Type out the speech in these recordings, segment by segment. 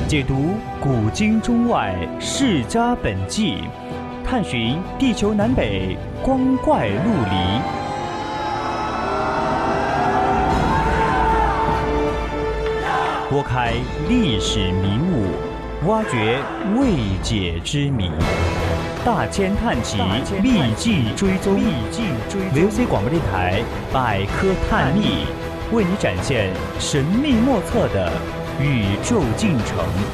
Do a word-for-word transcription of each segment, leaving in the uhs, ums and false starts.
解读古今中外世家本纪，探寻地球南北光怪陆离。拨开历史迷雾，挖掘未解之谜。大千探奇，秘境追踪。V O C 广播电台百科探秘，为你展现神秘莫测的宇宙进程。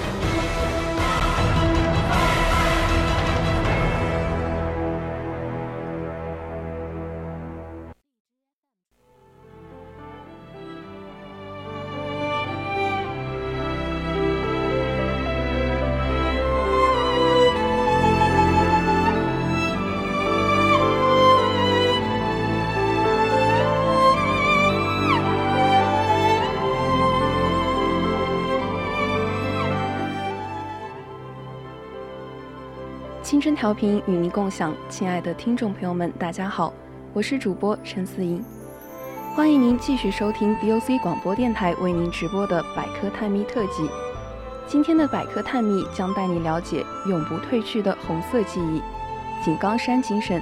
青春调频与您共享，亲爱的听众朋友们，大家好，我是主播陈思莹，欢迎您继续收听 V O C 广播电台为您直播的百科探秘特辑。今天的百科探秘将带你了解永不褪去的红色记忆——井冈山精神。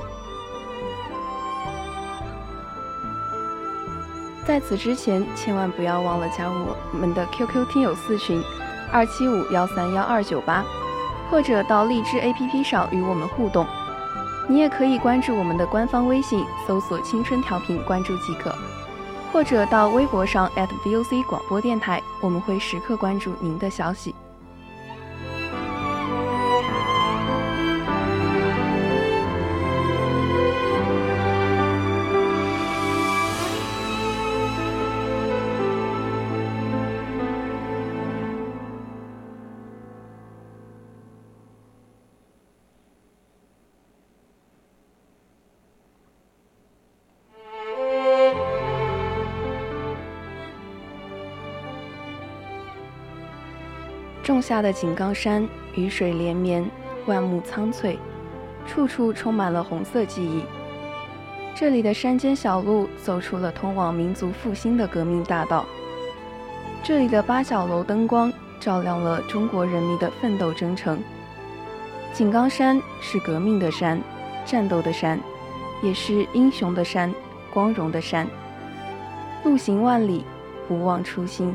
在此之前，千万不要忘了加入我们的 Q Q 听友四群二七五幺三幺二九八。或者到荔枝 A P P 上与我们互动，你也可以关注我们的官方微信，搜索青春调频关注即可，或者到微博上 at V O C 广播电台，我们会时刻关注您的消息。仲夏的井冈山，雨水连绵，万木苍翠，处处充满了红色记忆。这里的山间小路走出了通往民族复兴的革命大道，这里的八角楼灯光照亮了中国人民的奋斗征程。井冈山是革命的山，战斗的山，也是英雄的山，光荣的山。路行万里，不忘初心。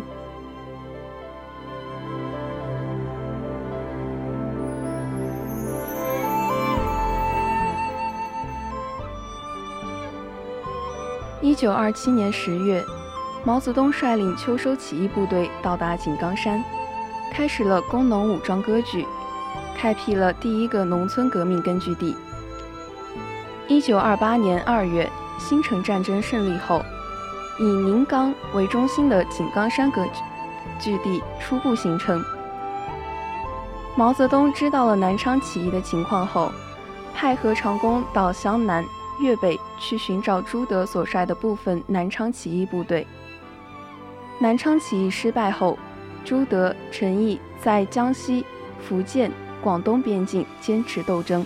一九二七年十月，毛泽东率领秋收起义部队到达井冈山，开始了工农武装割据，开辟了第一个农村革命根据地。一九二八年二月，辛城战争胜利后，以宁冈为中心的井冈山割据地初步形成。毛泽东知道了南昌起义的情况后，派何长工到湘南、粤北去寻找朱德所率的部分南昌起义部队。南昌起义失败后，朱德、陈毅在江西、福建、广东边境坚持斗争。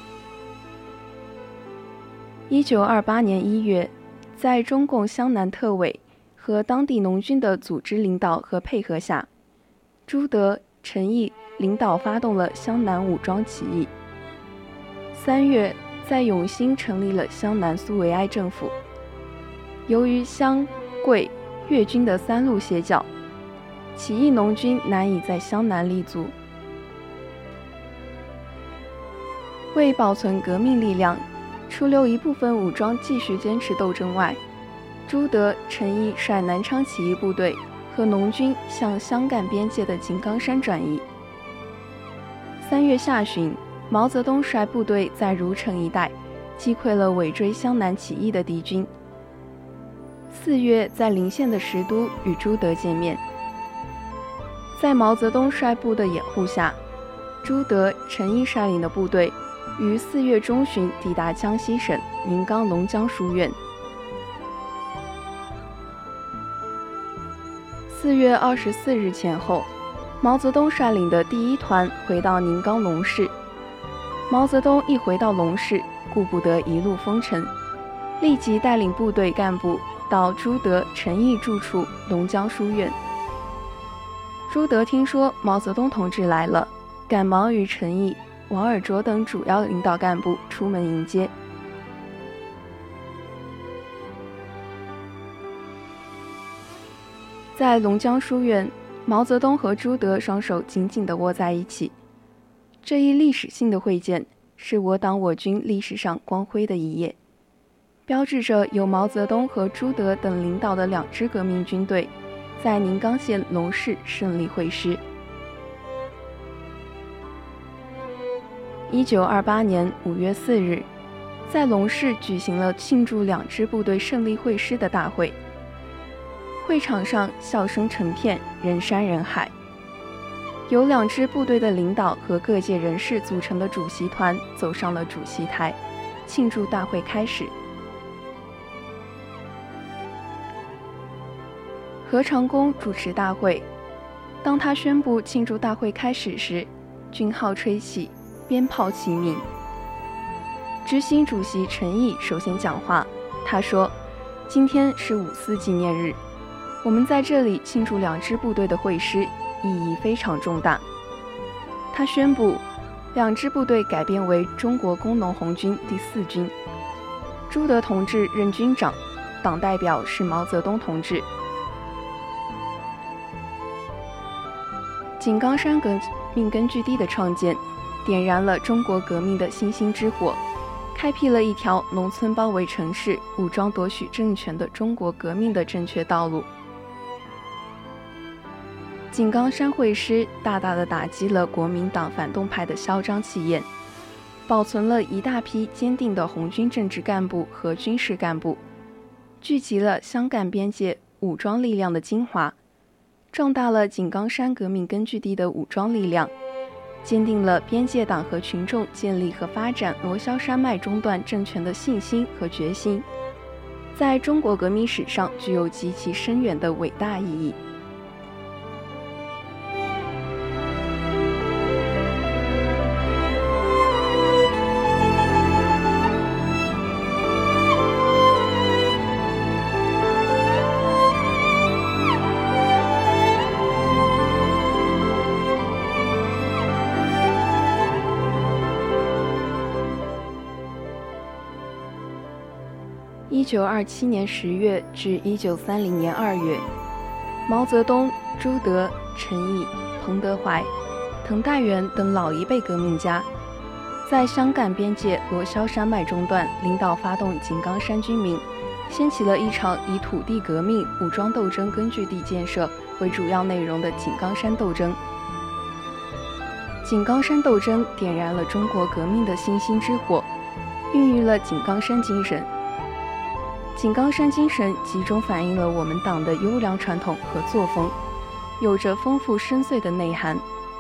一九二八年一月，在中共湘南特委和当地农军的组织领导和配合下，朱德、陈毅领导发动了湘南武装起义。三月，在永兴成立了湘南苏维埃政府。由于湘、桂、粤军的三路歇脚，起义农军难以在湘南立足。为保存革命力量，除留一部分武装继续坚持斗争外，朱德、陈毅率南昌起义部队和农军向湘赣边界的井冈山转移。三月下旬，毛泽东率部队在如城一带击溃了尾追湘南起义的敌军。四月，在临县的石都与朱德见面。在毛泽东率部的掩护下，朱德、陈毅率领的部队于四月中旬抵达江西省宁冈龙江书院。四月二十四日前后，毛泽东率领的第一团回到宁冈龙市。毛泽东一回到龙市，顾不得一路风尘，立即带领部队干部到朱德、陈毅住处龙江书院。 朱德听说毛泽东同志来了，赶忙与陈毅、王尔琢等主要领导干部出门迎接。在龙江书院，毛泽东和朱德双手紧紧地握在一起。这一历史性的会见是我党我军历史上光辉的一页，标志着由毛泽东和朱德等领导的两支革命军队在宁冈县龙市胜利会师。一九二八年五月四日，在龙市举行了庆祝两支部队胜利会师的大会。会场上笑声成片，人山人海。由两支部队的领导和各界人士组成的主席团走上了主席台，庆祝大会开始。何长工主持大会，当他宣布庆祝大会开始时，军号吹起，鞭炮齐鸣。执行主席陈毅首先讲话，他说：“今天是五四纪念日，我们在这里庆祝两支部队的会师，意义非常重大。”他宣布，两支部队改编为中国工农红军第四军，朱德同志任军长，党代表是毛泽东同志。井冈山革命根据地的创建，点燃了中国革命的星星之火，开辟了一条农村包围城市、武装夺取政权的中国革命的正确道路。井冈山会师大大地打击了国民党反动派的嚣张气焰，保存了一大批坚定的红军政治干部和军事干部，聚集了湘赣边界武装力量的精华，壮大了井冈山革命根据地的武装力量，坚定了边界党和群众建立和发展罗霄山脉中段政权的信心和决心，在中国革命史上具有极其深远的伟大意义。一九二七年十月至一九三零年二月，毛泽东、朱德、陈毅、彭德怀、滕代元等老一辈革命家，在湘赣边界罗霄山脉中段领导发动井冈山军民，掀起了一场以土地革命、武装斗争根据地建设为主要内容的井冈山斗争。井冈山斗争点燃了中国革命的星星之火，孕育了井冈山精神。井冈山精神集中反映了我们党的优良传统和作风，有着丰富深邃的内涵。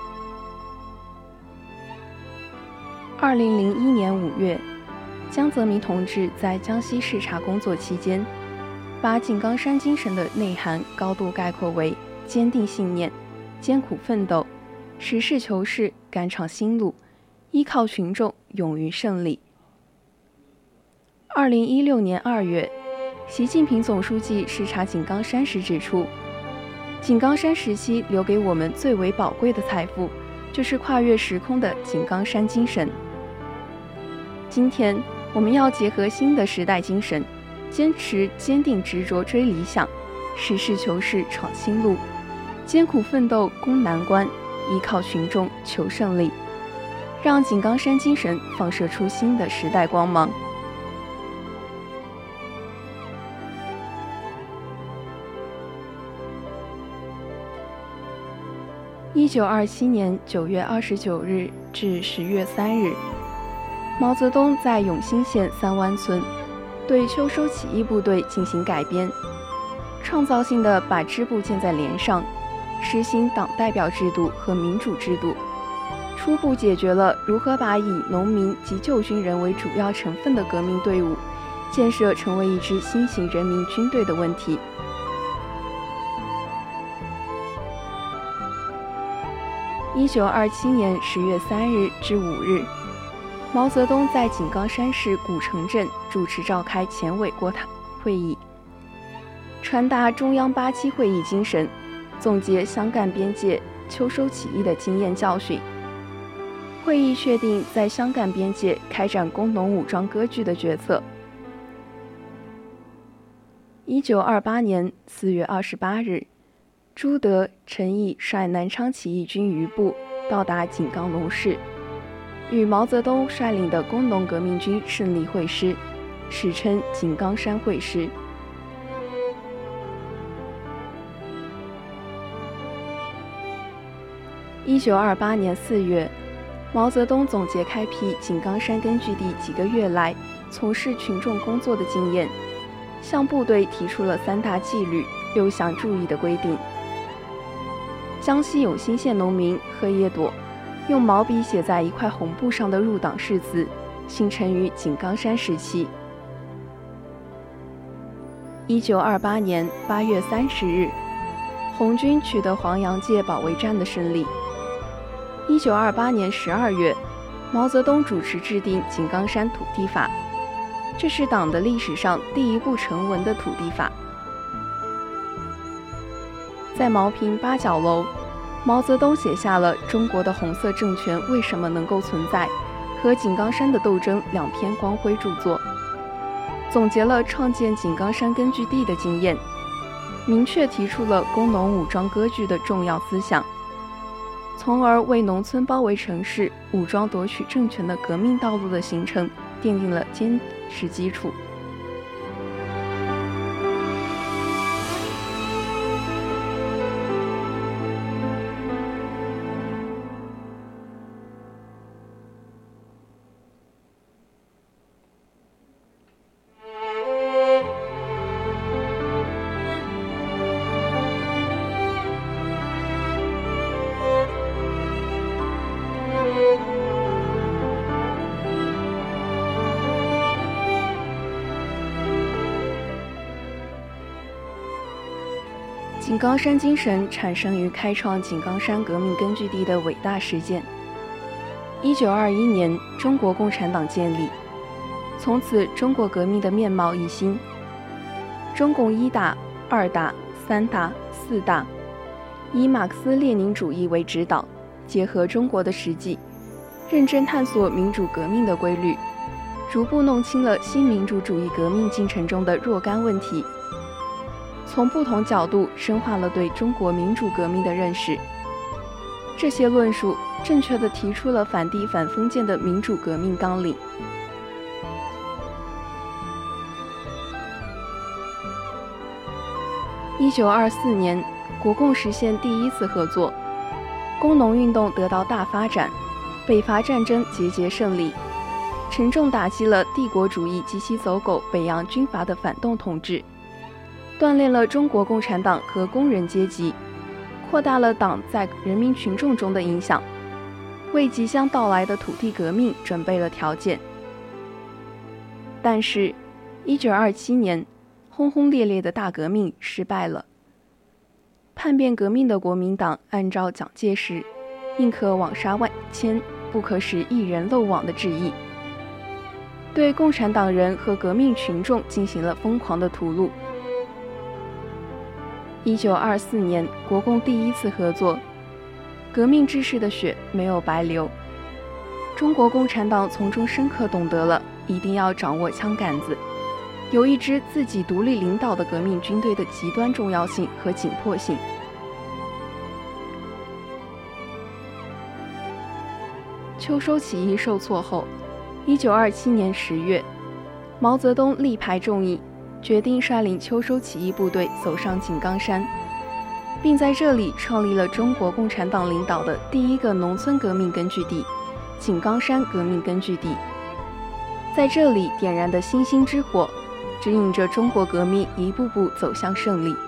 二零零一年五月，江泽民同志在江西视察工作期间，把井冈山精神的内涵高度概括为坚定信念、艰苦奋斗、实事求是、赶场心路、依靠群众、勇于胜利。二零一六年二月，习近平总书记视察井冈山时指出，井冈山时期留给我们最为宝贵的财富，就是跨越时空的井冈山精神。今天，我们要结合新的时代精神，坚持坚定执着追理想，实事求是闯新路，艰苦奋斗攻难关，依靠群众求胜利，让井冈山精神放射出新的时代光芒。一九二七年九月二十九日至十月三日，毛泽东在永兴县三湾村对秋收起义部队进行改编，创造性地把支部建在连上，实行党代表制度和民主制度，初步解决了如何把以农民及旧军人为主要成分的革命队伍建设成为一支新型人民军队的问题。一九二七年十月三日至五日，毛泽东在井冈山市古城镇主持召开前委国谈会议，传达中央八七会议精神， 总结湘赣边界秋收起义的经验教训。会议确定在湘赣边界开展工农武装割据的决策。一九二八年四月二十八日，朱德、陈毅率南昌起义军余部到达井冈农市，与毛泽东率领的工农革命军胜利会师，史称井冈山会师。一九二八年四月，毛泽东总结开辟井冈山根据地几个月来从事群众工作的经验，向部队提出了三大纪律、六项注意的规定。江西永兴县农民贺叶朵用毛笔写在一块红布上的入党誓词，形成于井冈山时期。一九二八年八月三十日，红军取得黄杨界保卫战的胜利。一九二八年十二月，毛泽东主持制定井冈山土地法，这是党的历史上第一部成文的土地法。在茅坪八角楼，毛泽东写下了《中国的红色政权为什么能够存在》和井冈山的斗争两篇光辉著作，总结了创建井冈山根据地的经验，明确提出了工农武装割据的重要思想，从而为农村包围城市、武装夺取政权的革命道路的形成奠定了坚实基础。井冈山精神产生于开创井冈山革命根据地的伟大实践。一九二一年，中国共产党建立，从此中国革命的面貌一新。中共一大、二大、三大、四大，以马克思列宁主义为指导，结合中国的实际，认真探索民主革命的规律，逐步弄清了新民主主义革命进程中的若干问题，从不同角度深化了对中国民主革命的认识。这些论述正确地提出了反帝反封建的民主革命纲领。一九二四年，国共实现第一次合作，工农运动得到大发展，北伐战争节节胜利，沉重打击了帝国主义及其走狗北洋军阀的反动统治，锻炼了中国共产党和工人阶级，扩大了党在人民群众中的影响，为即将到来的土地革命准备了条件。但是一九二七年，轰轰烈烈的大革命失败了。叛变革命的国民党按照蒋介石宁可枉杀万千，不可使一人漏网的旨意，对共产党人和革命群众进行了疯狂的屠戮。一九二四年，国共第一次合作，革命志士的血没有白流。中国共产党从中深刻懂得了一定要掌握枪杆子，有一支自己独立领导的革命军队的极端重要性和紧迫性。秋收起义受挫后，一九二七年十月，毛泽东力排众议，决定率领秋收起义部队走上井冈山，并在这里创立了中国共产党领导的第一个农村革命根据地——井冈山革命根据地。在这里点燃的星星之火，指引着中国革命一步步走向胜利。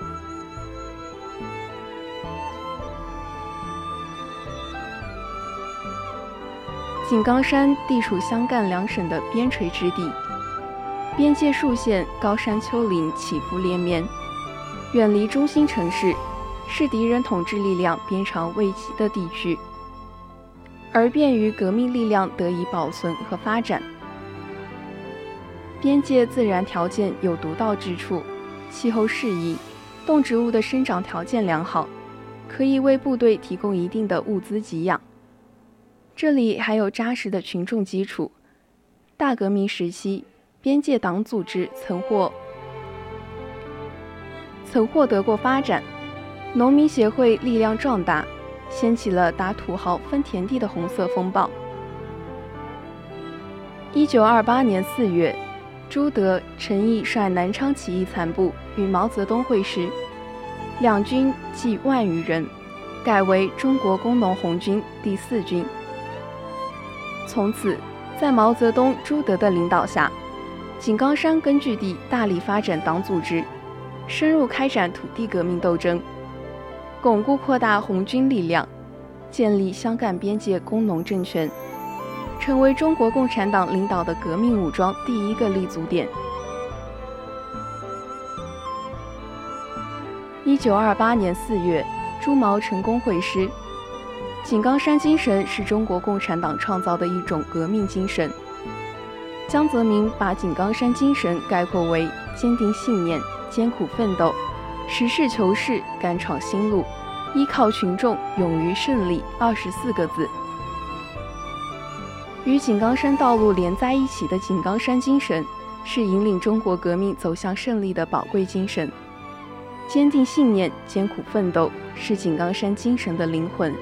井冈山地处湘赣两省的边陲之地，边界竖线高山丘陵起伏连绵，远离中心城市，是敌人统治力量边长未及的地区，而便于革命力量得以保存和发展。边界自然条件有独到之处，气候适宜，动植物的生长条件良好， 可以为部队提供一定的物资给养。这里还有扎实的群众基础。大革命时期，边界党组织曾获曾获得过发展，农民协会力量壮大，掀起了打土豪分田地的红色风暴。一九二八年四月，朱德、陈毅率南昌起义残部与毛泽东会师，两军计万余人，改为中国工农红军第四军。从此，在毛泽东、朱德的领导下，井冈山根据地大力发展党组织，深入开展土地革命斗争，巩固扩大红军力量，建立湘赣边界工农政权，成为中国共产党领导的革命武装第一个立足点。一九二八年四月，朱毛成功会师。井冈山精神是中国共产党创造的一种革命精神。江泽民把井冈山精神概括为坚定信念、艰苦奋斗、实事求是、敢闯新路、依靠群众、勇于胜利二十四个字。与井冈山道路连在一起的井冈山精神，是引领中国革命走向胜利的宝贵精神。坚定信念、艰苦奋斗是井冈山精神的灵魂。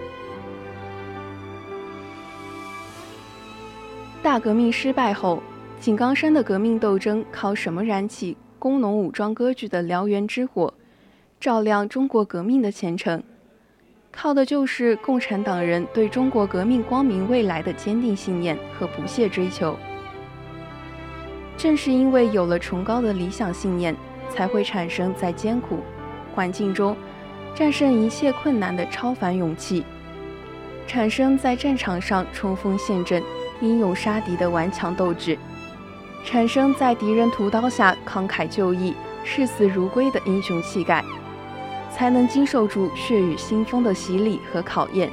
大革命失败后，井冈山的革命斗争靠什么燃起工农武装割据的燎原之火，照亮中国革命的前程？靠的就是共产党人对中国革命光明未来的坚定信念和不懈追求。正是因为有了崇高的理想信念，才会产生在艰苦环境中战胜一切困难的超凡勇气，产生在战场上冲锋陷阵、英勇杀敌的顽强斗志，产生在敌人屠刀下慷慨就义、视死如归的英雄气概，才能经受住血雨腥风的洗礼和考验。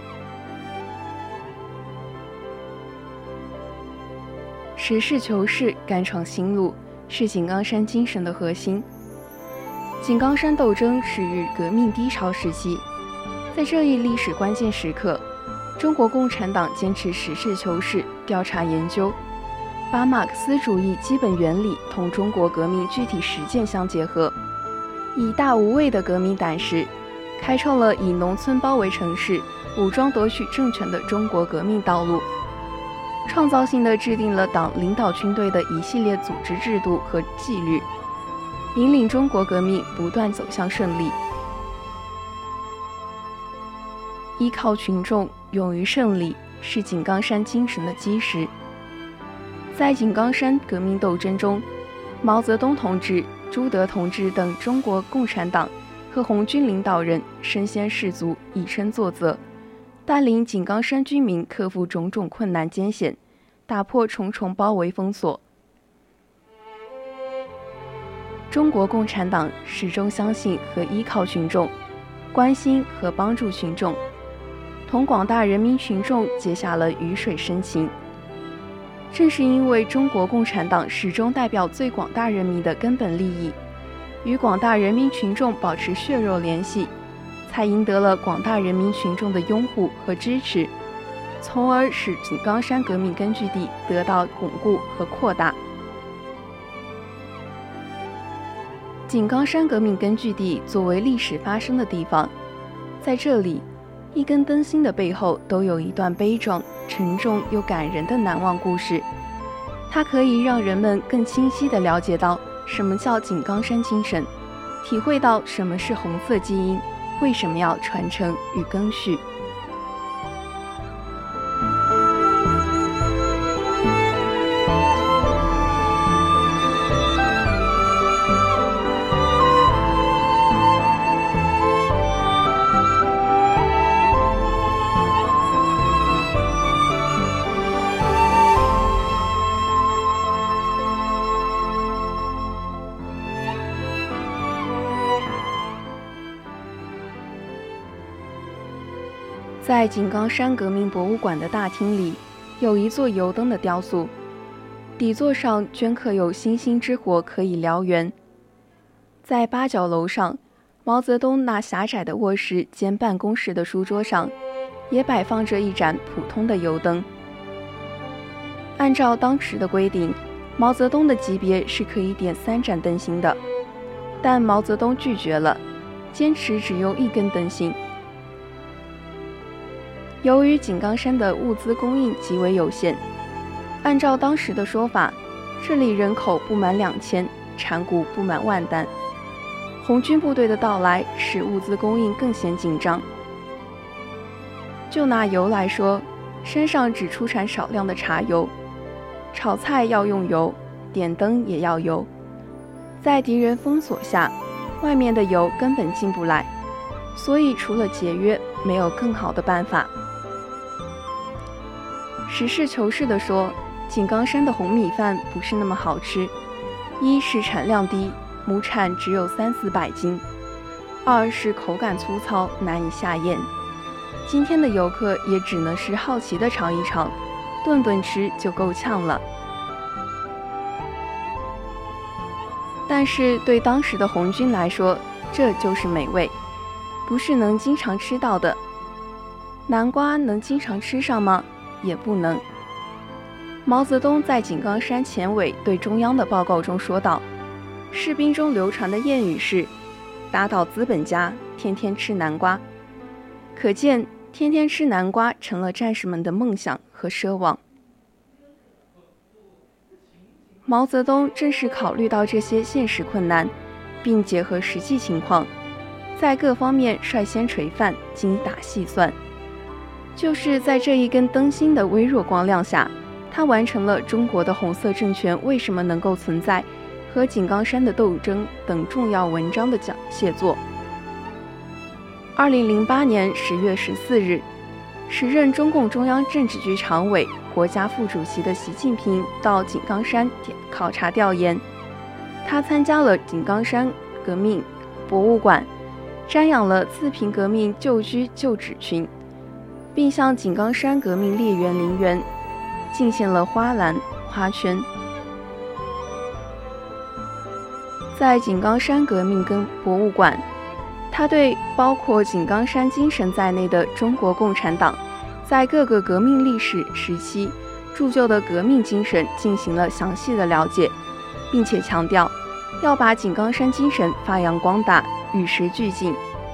实事求是、敢闯新路是井冈山精神的核心。井冈山斗争始于革命低潮时期，在这一历史关键时刻，中国共产党坚持实事求是、调查研究，把马克思主义基本原理同中国革命具体实践相结合，以大无畏的革命胆识，开创了以农村包围城市、武装夺取政权的中国革命道路，创造性地制定了党领导军队的一系列组织制度和纪律，引领中国革命不断走向胜利。依靠群众，勇于胜利是井冈山精神的基石。在井冈山革命斗争中，毛泽东同志、朱德同志等中国共产党和红军领导人身先士卒，以身作则，带领井冈山居民克服种种困难艰险，打破重重包围封锁。中国共产党始终相信和依靠群众，关心和帮助群众，同广大人民群众结下了鱼水深情。正是因为中国共产党始终代表最广大人民的根本利益，与广大人民群众保持血肉联系，才赢得了广大人民群众的拥护和支持，从而使井冈山革命根据地得到巩固和扩大。井冈山革命根据地作为历史发生的地方，在这里，一根灯芯的背后都有一段悲壮、沉重又感人的难忘故事。它可以让人们更清晰地了解到什么叫井冈山精神，体会到什么是红色基因，为什么要传承与更续。在井冈山革命博物馆的大厅里，有一座油灯的雕塑，底座上镌刻有星星之火可以燎原。在八角楼上， 毛泽东那狭窄的卧室兼办公室的书桌上，也摆放着一盏普通的油灯。按照当时的规定，毛泽东的级别是可以点三盏灯芯的，但毛泽东拒绝了，坚持只用一根灯芯。由于井冈山的物资供应极为有限，按照当时的说法，这里人口不满两千，产谷不满万担。红军部队的到来使物资供应更显紧张。就拿油来说，山上只出产少量的茶油，炒菜要用油，点灯也要油。在敌人封锁下，外面的油根本进不来，所以除了节约，没有更好的办法。实事求是地说，井冈山的红米饭不是那么好吃，一是产量低，亩产只有三四百斤；二是口感粗糙，难以下咽。今天的游客也只能是好奇的尝一尝，顿顿吃就够呛了。但是对当时的红军来说，这就是美味，不是能经常吃到的。南瓜能经常吃上吗？也不能。毛泽东在井冈山前委对中央的报告中说道，士兵中流传的谚语是打倒资本家，天天吃南瓜。可见天天吃南瓜成了战士们的梦想和奢望。毛泽东正是考虑到这些现实困难，并结合实际情况，在各方面率先垂范，精打细算。就是在这一根灯芯的微弱光亮下，他完成了中国的红色政权为什么能够存在和井冈山的斗争等重要文章的讲写作。二零零八年十月十四日，时任中共中央政治局常委、国家副主席的习近平到井冈山考察调研。他参加了井冈山革命博物馆，瞻仰了自平革命旧居旧址群，并向井冈山革命烈园陵园进献了花篮、花圈。在井冈山革命跟博物馆，他对包括井冈山精神在内的中国共产党在各个革命历史时期铸就的革命精神进行了详细的了解，并且强调要把井冈山精神发扬光大，与时俱进。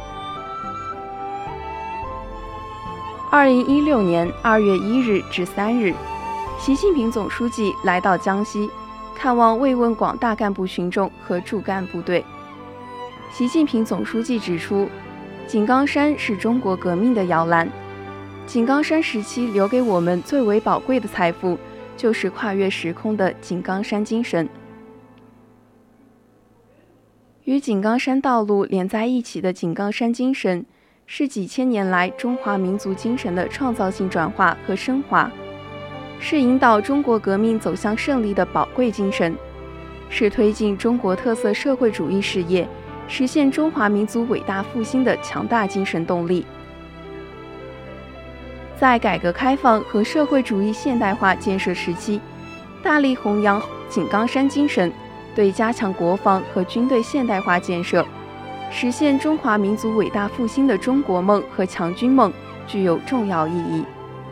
二零一六年二月一日至三日，习近平总书记来到江西，看望慰问广大干部群众和驻赣部队。习近平总书记指出，井冈山是中国革命的摇篮，井冈山时期留给我们最为宝贵的财富，就是跨越时空的井冈山精神。与井冈山道路连在一起的井冈山精神，是几千年来中华民族精神的创造性转化和升华，是引导中国革命走向胜利的宝贵精神，是推进中国特色社会主义事业、实现中华民族伟大复兴的强大精神动力。在改革开放和社会主义现代化建设时期，大力弘扬井冈山精神，对加强国防和军队现代化建设，实现中华民族伟大复兴的中国梦和强军梦具有重要意义。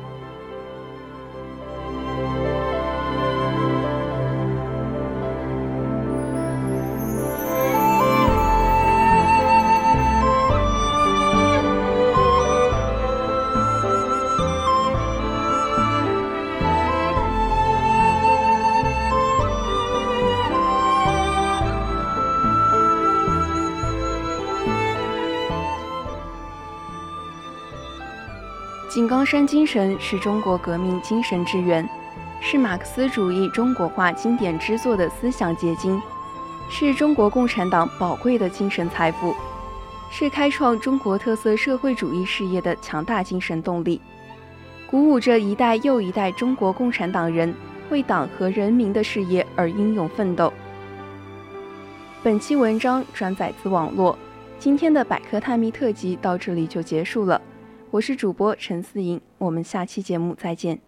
井冈山精神是中国革命精神之源，是马克思主义中国化经典之作的思想结晶，是中国共产党宝贵的精神财富，是开创中国特色社会主义事业的强大精神动力，鼓舞着一代又一代中国共产党人为党和人民的事业而英勇奋斗。本期文章转载自网络，今天的百科探秘特辑到这里就结束了。我是主播陈思莹，我们下期节目再见。